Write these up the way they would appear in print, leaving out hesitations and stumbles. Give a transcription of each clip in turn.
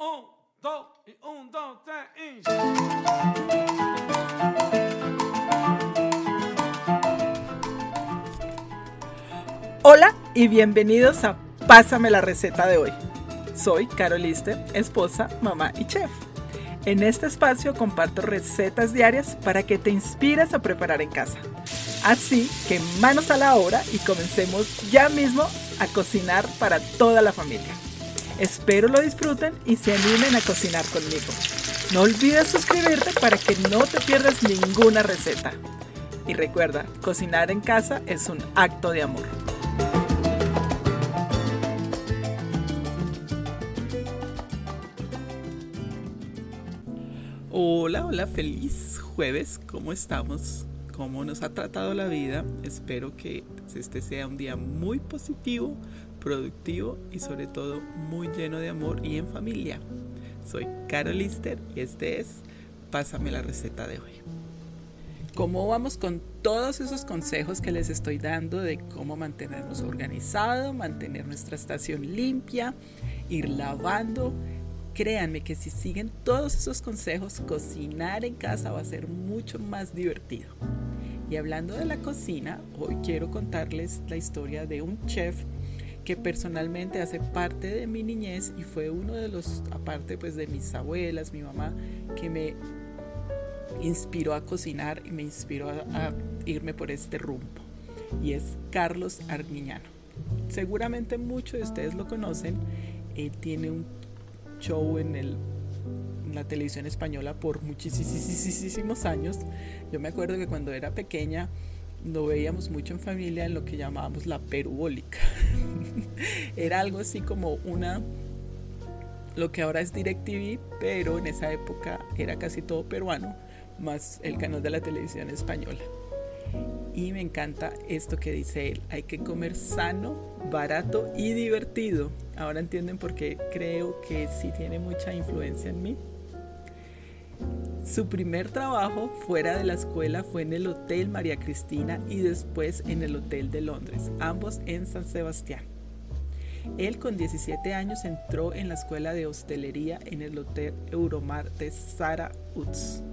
Un, dos, y un, dos, tres, y... Hola y bienvenidos a Pásame la receta de hoy. Soy Carol Lister, esposa, mamá y chef. En este espacio comparto recetas diarias para que te inspires a preparar en casa. Así que manos a la obra y comencemos ya mismo a cocinar para toda la familia. Espero lo disfruten y se animen a cocinar conmigo. No olvides suscribirte para que no te pierdas ninguna receta. Y recuerda, cocinar en casa es un acto de amor. Hola, feliz jueves, ¿cómo estamos? ¿Cómo nos ha tratado la vida? Espero que este sea un día muy positivo, productivo y sobre todo muy lleno de amor y en familia. Soy Carol Lister y este es Pásame la receta de hoy. ¿Cómo vamos con todos esos consejos que les estoy dando de cómo mantenernos organizados, mantener nuestra estación limpia, ir lavando? Créanme que si siguen todos esos consejos, cocinar en casa va a ser mucho más divertido. Y hablando de la cocina, hoy quiero contarles la historia de un chef que personalmente hace parte de mi niñez y fue uno de los, aparte pues de mis abuelas, mi mamá, que me inspiró a cocinar y me inspiró a irme por este rumbo. Y es Carlos Arguiñano. Seguramente muchos de ustedes lo conocen. Él tiene un show en la televisión española por muchísimos años. Yo me acuerdo que cuando era pequeña lo veíamos mucho en familia en lo que llamábamos la perubólica. Era algo así como lo que ahora es DirecTV, pero en esa época era casi todo peruano, más el canal de la televisión española. Y me encanta esto que dice él: hay que comer sano, barato y divertido. Ahora entienden por qué creo que sí tiene mucha influencia en mí. Su primer trabajo fuera de la escuela fue en el Hotel María Cristina y después en el Hotel de Londres, ambos en San Sebastián. Él con 17 años entró en la escuela de hostelería en el Hotel Euromar de Zarautz.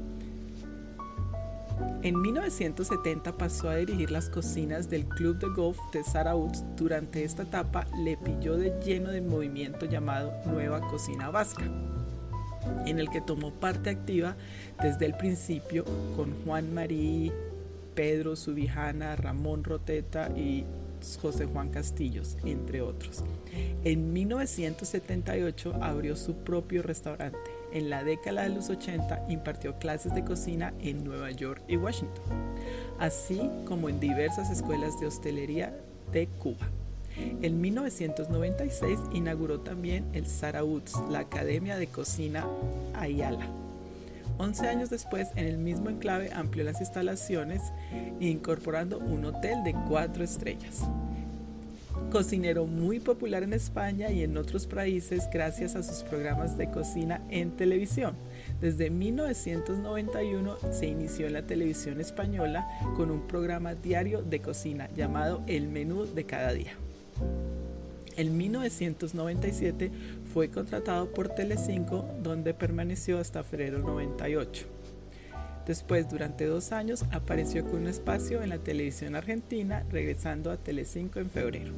En 1970 pasó a dirigir las cocinas del Club de Golf de Zarautz. Durante esta etapa le pilló de lleno del movimiento llamado Nueva Cocina Vasca, en el que tomó parte activa desde el principio con Juan Marí, Pedro Subijana, Ramón Roteta y José Juan Castillos, entre otros. En 1978 abrió su propio restaurante. En la década de los 80 impartió clases de cocina en Nueva York y Washington, así como en diversas escuelas de hostelería de Cuba. En 1996 inauguró también el Zarautz, la Academia de Cocina Ayala. 11 años después, en el mismo enclave amplió las instalaciones, incorporando un hotel de 4 estrellas. Cocinero muy popular en España y en otros países gracias a sus programas de cocina en televisión. Desde 1991 se inició en la televisión española con un programa diario de cocina llamado El Menú de Cada Día. En 1997 fue contratado por Telecinco, donde permaneció hasta febrero 98. Después, durante 2 años, apareció con un espacio en la televisión argentina, regresando a Telecinco en febrero.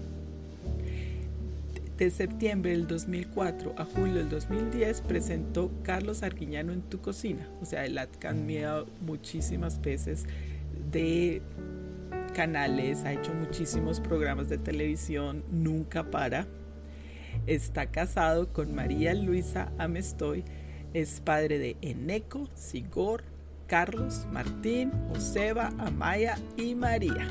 De septiembre del 2004 a julio del 2010 presentó Carlos Arguiñano en tu cocina. O sea, él ha cambiado muchísimas veces de canales, ha hecho muchísimos programas de televisión, nunca para. Está casado con María Luisa Amestoy, es padre de Eneco, Sigor, Carlos, Martín, Joseba, Amaya y María.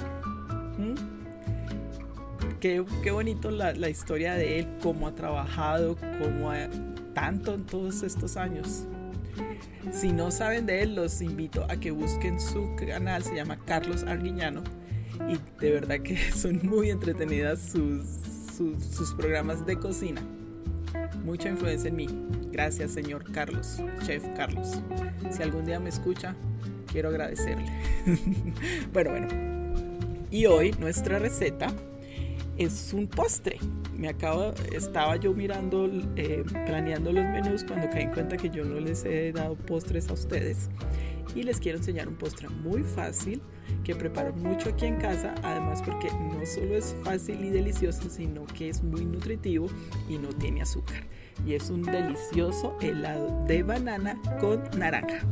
Qué bonito la historia de él, cómo ha trabajado, tanto en todos estos años. Si no saben de él, los invito a que busquen su canal, se llama Carlos Arguiñano, y de verdad que son muy entretenidas sus programas de cocina. Mucha influencia en mí. Gracias, señor Carlos, chef Carlos. Si algún día me escucha, quiero agradecerle. Bueno. Y hoy nuestra receta es un postre. Estaba yo mirando, planeando los menús cuando caí en cuenta que yo no les he dado postres a ustedes. Y les quiero enseñar un postre muy fácil que preparo mucho aquí en casa, además porque no solo es fácil y delicioso, sino que es muy nutritivo y no tiene azúcar. Y es un delicioso helado de banana con naranja.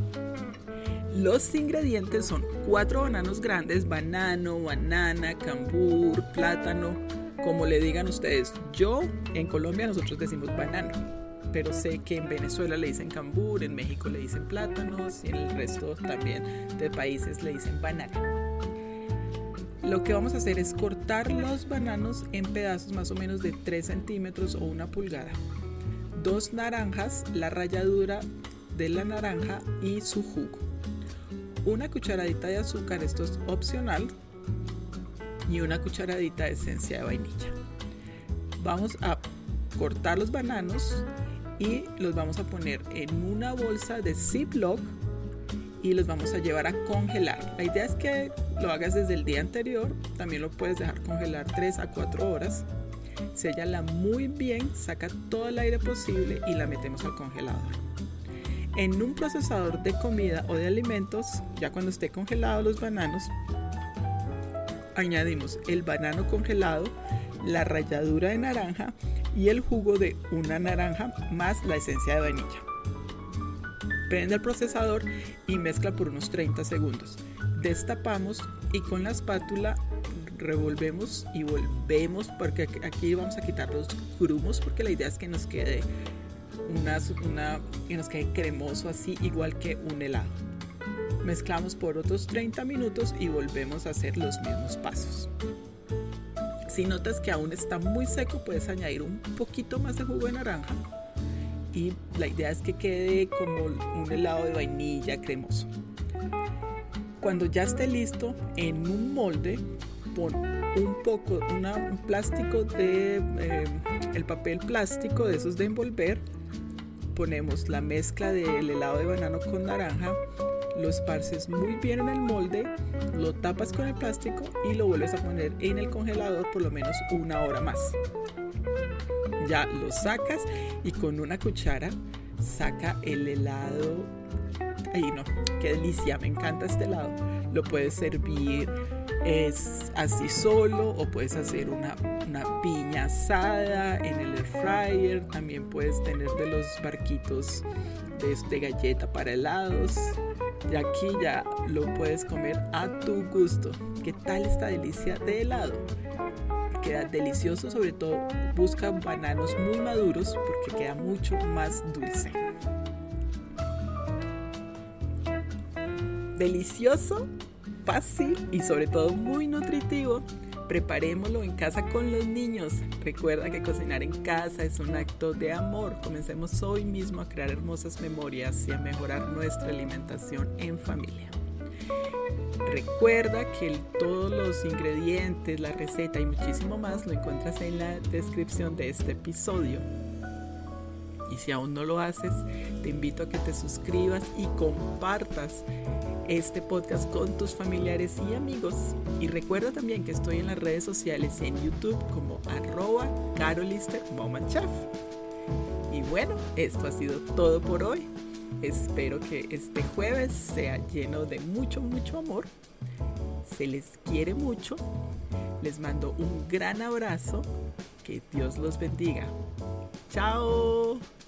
Los ingredientes son 4 bananos grandes, banano, banana, cambur, plátano, como le digan ustedes. En Colombia nosotros decimos banano, pero sé que en Venezuela le dicen cambur, en México le dicen plátanos y en el resto también de países le dicen banana. Lo que vamos a hacer es cortar los bananos en pedazos más o menos de 3 centímetros o 1 pulgada. 2 naranjas, la ralladura de la naranja y su jugo. 1 cucharadita de azúcar, esto es opcional, y 1 cucharadita de esencia de vainilla. Vamos a cortar los bananos y los vamos a poner en una bolsa de Ziploc y los vamos a llevar a congelar. La idea es que lo hagas desde el día anterior, también lo puedes dejar congelar 3 a 4 horas. Séllala muy bien, saca todo el aire posible y la metemos al congelador. En un procesador de comida o de alimentos, ya cuando esté congelado los bananos, añadimos el banano congelado, la ralladura de naranja y el jugo de una naranja más la esencia de vainilla. Prende el procesador y mezcla por unos 30 segundos. Destapamos y con la espátula revolvemos y volvemos, porque aquí vamos a quitar los grumos, porque la idea es que nos quede que nos quede cremoso, así igual que un helado. Mezclamos por otros 30 minutos y volvemos a hacer los mismos pasos. Si notas que aún está muy seco, puedes añadir un poquito más de jugo de naranja y la idea es que quede como un helado de vainilla cremoso. Cuando ya esté listo, en un molde pon un plástico el papel plástico de esos de envolver. Ponemos la mezcla del helado de banano con naranja, lo esparces muy bien en el molde, lo tapas con el plástico y lo vuelves a poner en el congelador por lo menos 1 hora más. Ya lo sacas y con una cuchara saca el helado. ¡Ay no! ¡Qué delicia! Me encanta este helado. Lo puedes servir así solo o puedes hacer una piña asada en el air fryer. También puedes tener de los barquitos de galleta para helados. Y aquí ya lo puedes comer a tu gusto. ¿Qué tal esta delicia de helado? Queda delicioso, sobre todo busca bananos muy maduros porque queda mucho más dulce. Delicioso, fácil y sobre todo muy nutritivo. Preparémoslo en casa con los niños. Recuerda que cocinar en casa es un acto de amor. Comencemos hoy mismo a crear hermosas memorias y a mejorar nuestra alimentación en familia. Recuerda que todos los ingredientes, la receta y muchísimo más lo encuentras en la descripción de este episodio. Y si aún no lo haces, te invito a que te suscribas y compartas este podcast con tus familiares y amigos. Y recuerda también que estoy en las redes sociales y en YouTube como @carolistermomandchef. Y bueno, esto ha sido todo por hoy. Espero que este jueves sea lleno de mucho, mucho amor. Se les quiere mucho. Les mando un gran abrazo. Que Dios los bendiga. ¡Chao!